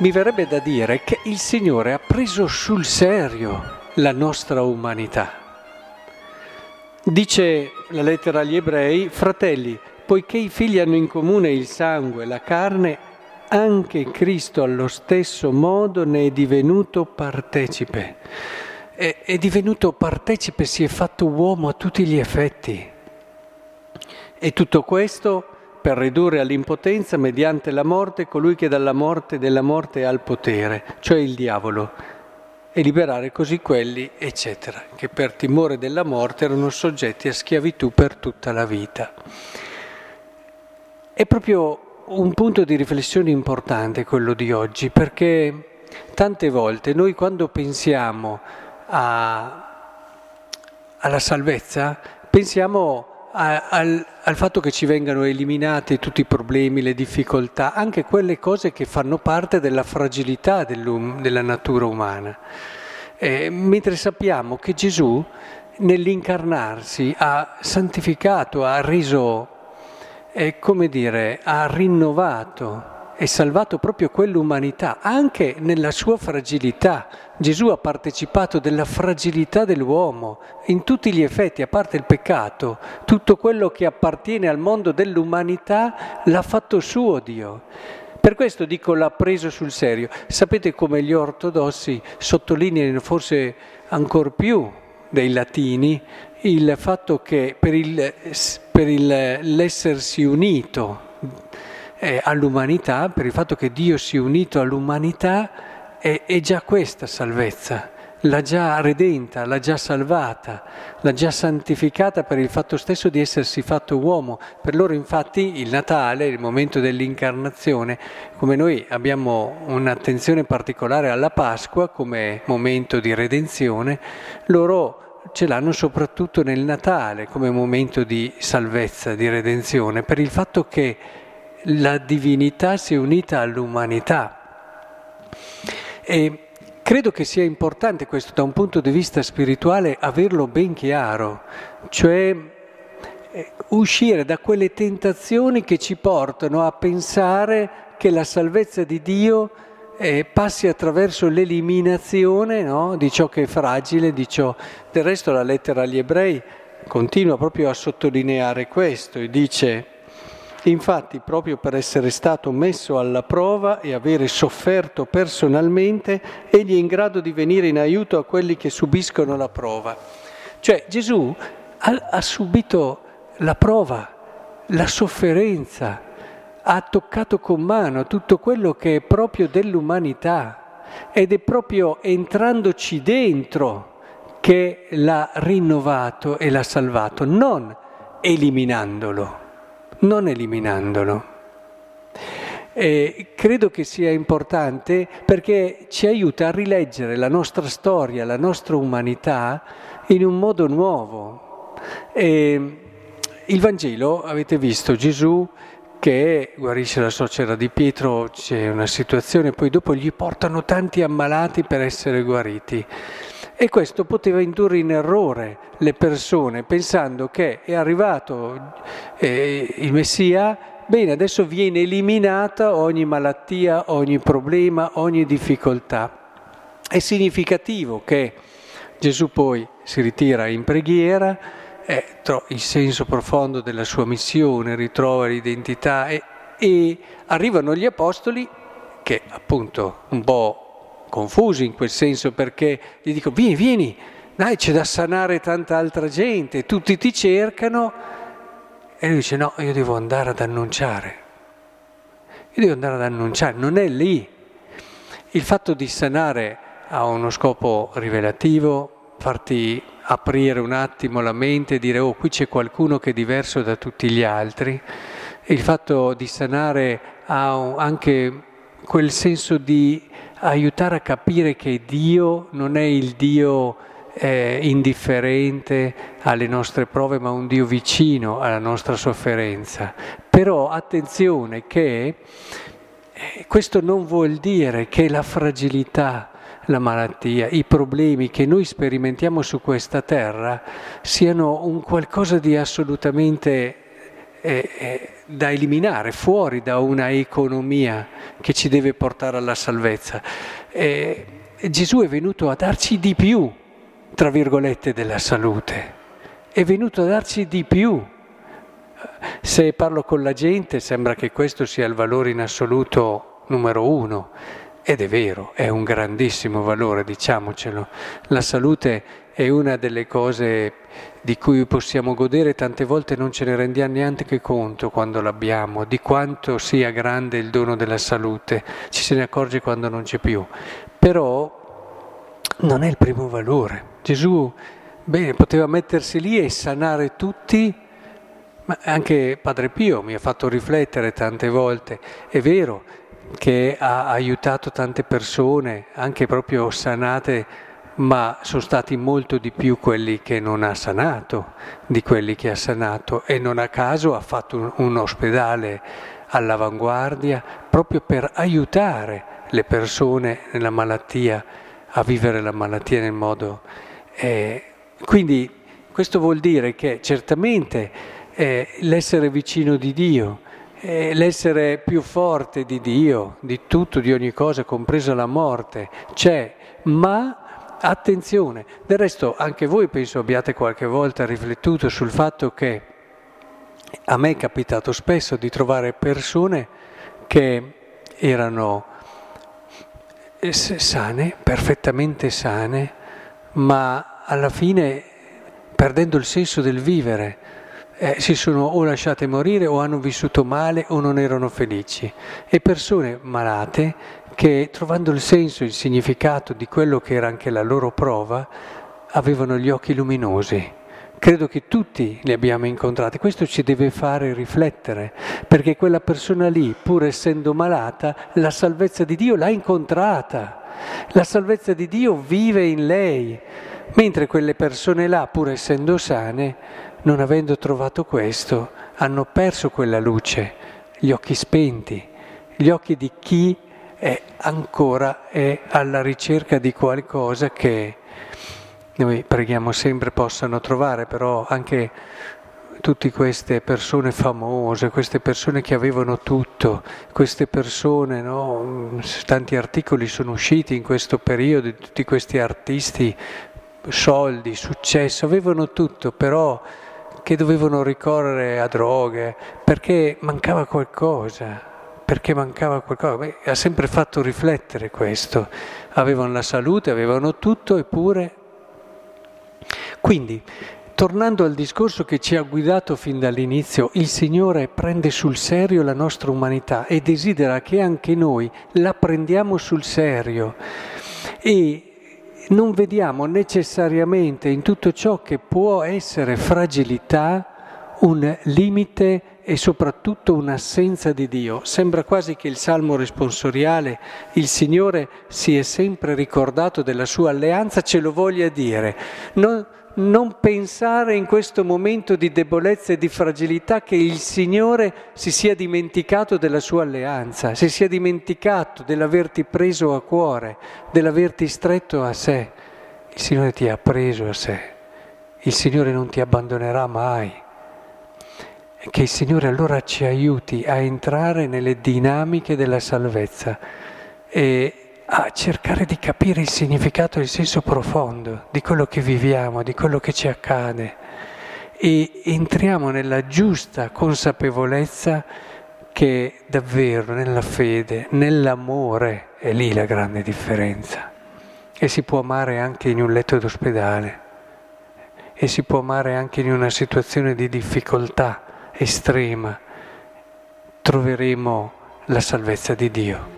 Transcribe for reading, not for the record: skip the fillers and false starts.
mi verrebbe da dire che il Signore ha preso sul serio la nostra umanità. Dice la lettera agli Ebrei: fratelli, poiché i figli hanno in comune il sangue e la carne, anche Cristo allo stesso modo ne è divenuto partecipe. È divenuto partecipe, si è fatto uomo a tutti gli effetti. E tutto questo per ridurre all'impotenza mediante la morte colui che della morte ha il potere, cioè il diavolo, e liberare così quelli, eccetera, che per timore della morte erano soggetti a schiavitù per tutta la vita. È proprio un punto di riflessione importante quello di oggi, perché tante volte noi quando pensiamo alla salvezza pensiamo al fatto che ci vengano eliminati tutti i problemi, le difficoltà, anche quelle cose che fanno parte della fragilità della natura umana. Mentre sappiamo che Gesù nell'incarnarsi ha santificato, ha reso, ha rinnovato e salvato proprio quell'umanità, anche nella sua fragilità. Gesù ha partecipato della fragilità dell'uomo, in tutti gli effetti, a parte il peccato, tutto quello che appartiene al mondo dell'umanità l'ha fatto suo Dio. Per questo dico l'ha preso sul serio. Sapete come gli ortodossi sottolineano forse ancor più dei latini il fatto che per l'essersi unito all'umanità, per il fatto che Dio sia unito all'umanità, è già questa salvezza, l'ha già redenta, l'ha già salvata, l'ha già santificata per il fatto stesso di essersi fatto uomo. Per loro infatti il Natale, il momento dell'incarnazione, come noi abbiamo un'attenzione particolare alla Pasqua come momento di redenzione, loro ce l'hanno soprattutto nel Natale come momento di salvezza, di redenzione, per il fatto che la divinità si è unita all'umanità. E credo che sia importante questo da un punto di vista spirituale averlo ben chiaro, cioè uscire da quelle tentazioni che ci portano a pensare che la salvezza di Dio passi attraverso l'eliminazione, no, di ciò che è fragile, di ciò. Del resto la lettera agli Ebrei continua proprio a sottolineare questo e dice: infatti, proprio per essere stato messo alla prova e avere sofferto personalmente, egli è in grado di venire in aiuto a quelli che subiscono la prova. Cioè Gesù ha subito la prova, la sofferenza, ha toccato con mano tutto quello che è proprio dell'umanità ed è proprio entrandoci dentro che l'ha rinnovato e l'ha salvato, non eliminandolo. E credo che sia importante perché ci aiuta a rileggere la nostra storia, la nostra umanità in un modo nuovo. E il Vangelo, avete visto, Gesù che guarisce la suocera di Pietro, c'è una situazione, poi dopo gli portano tanti ammalati per essere guariti. E questo poteva indurre in errore le persone, pensando che è arrivato il Messia, bene, adesso viene eliminata ogni malattia, ogni problema, ogni difficoltà. È significativo che Gesù poi si ritira in preghiera, trova il senso profondo della sua missione, ritrova l'identità e arrivano gli apostoli che appunto un po' confusi in quel senso, perché gli dico vieni, dai, c'è da sanare tanta altra gente, tutti ti cercano, e lui dice no, io devo andare ad annunciare, non è lì. Il fatto di sanare ha uno scopo rivelativo, farti aprire un attimo la mente e dire qui c'è qualcuno che è diverso da tutti gli altri. Il fatto di sanare ha anche quel senso di aiutare a capire che Dio non è il Dio indifferente alle nostre prove, ma un Dio vicino alla nostra sofferenza. Però attenzione che questo non vuol dire che la fragilità, la malattia, i problemi che noi sperimentiamo su questa terra siano un qualcosa di assolutamente da eliminare, fuori da una economia che ci deve portare alla salvezza. Gesù è venuto a darci di più, tra virgolette, della salute. È venuto a darci di più. Se parlo con la gente sembra che questo sia il valore in assoluto numero uno, ed è vero, è un grandissimo valore, diciamocelo. La salute è una delle cose di cui possiamo godere, tante volte non ce ne rendiamo neanche conto quando l'abbiamo, di quanto sia grande il dono della salute, ci se ne accorge quando non c'è più. Però non è il primo valore. Gesù, bene, poteva mettersi lì e sanare tutti, ma anche Padre Pio mi ha fatto riflettere tante volte. È vero che ha aiutato tante persone, anche proprio sanate, ma sono stati molto di più quelli che non ha sanato di quelli che ha sanato, e non a caso ha fatto un ospedale all'avanguardia proprio per aiutare le persone nella malattia a vivere la malattia nel modo. Quindi questo vuol dire che certamente l'essere vicino di Dio, l'essere più forte di Dio, di tutto, di ogni cosa, compresa la morte, c'è, ma attenzione. Del resto anche voi penso abbiate qualche volta riflettuto sul fatto che a me è capitato spesso di trovare persone che erano sane, perfettamente sane, ma alla fine, perdendo il senso del vivere, si sono o lasciate morire o hanno vissuto male o non erano felici. E persone malate che, trovando il senso, il significato di quello che era anche la loro prova, avevano gli occhi luminosi. Credo che tutti li abbiamo incontrati. Questo ci deve fare riflettere, perché quella persona lì, pur essendo malata, la salvezza di Dio l'ha incontrata. La salvezza di Dio vive in lei, mentre quelle persone là, pur essendo sane, non avendo trovato questo, hanno perso quella luce, gli occhi spenti, gli occhi di chi è ancora alla ricerca di qualcosa che noi preghiamo sempre possano trovare. Però anche tutte queste persone famose, queste persone che avevano tutto, queste persone, no? Tanti articoli sono usciti in questo periodo di tutti questi artisti, soldi, successo, avevano tutto, però che dovevano ricorrere a droghe perché mancava qualcosa. Beh, ha sempre fatto riflettere questo. Avevano la salute, avevano tutto, eppure. Quindi, tornando al discorso che ci ha guidato fin dall'inizio, il Signore prende sul serio la nostra umanità e desidera che anche noi la prendiamo sul serio e non vediamo necessariamente in tutto ciò che può essere fragilità un limite e soprattutto un'assenza di Dio. Sembra quasi che il Salmo responsoriale, il Signore si è sempre ricordato della sua alleanza, ce lo voglia dire. Non pensare in questo momento di debolezza e di fragilità che il Signore si sia dimenticato della sua alleanza, si sia dimenticato dell'averti preso a cuore, dell'averti stretto a sé. Il Signore ti ha preso a sé, il Signore non ti abbandonerà mai. Che il Signore allora ci aiuti a entrare nelle dinamiche della salvezza e a cercare di capire il significato e il senso profondo di quello che viviamo, di quello che ci accade, e entriamo nella giusta consapevolezza che davvero nella fede, nell'amore, è lì la grande differenza. E si può amare anche in un letto d'ospedale, e si può amare anche in una situazione di difficoltà estrema. Troveremo la salvezza di Dio.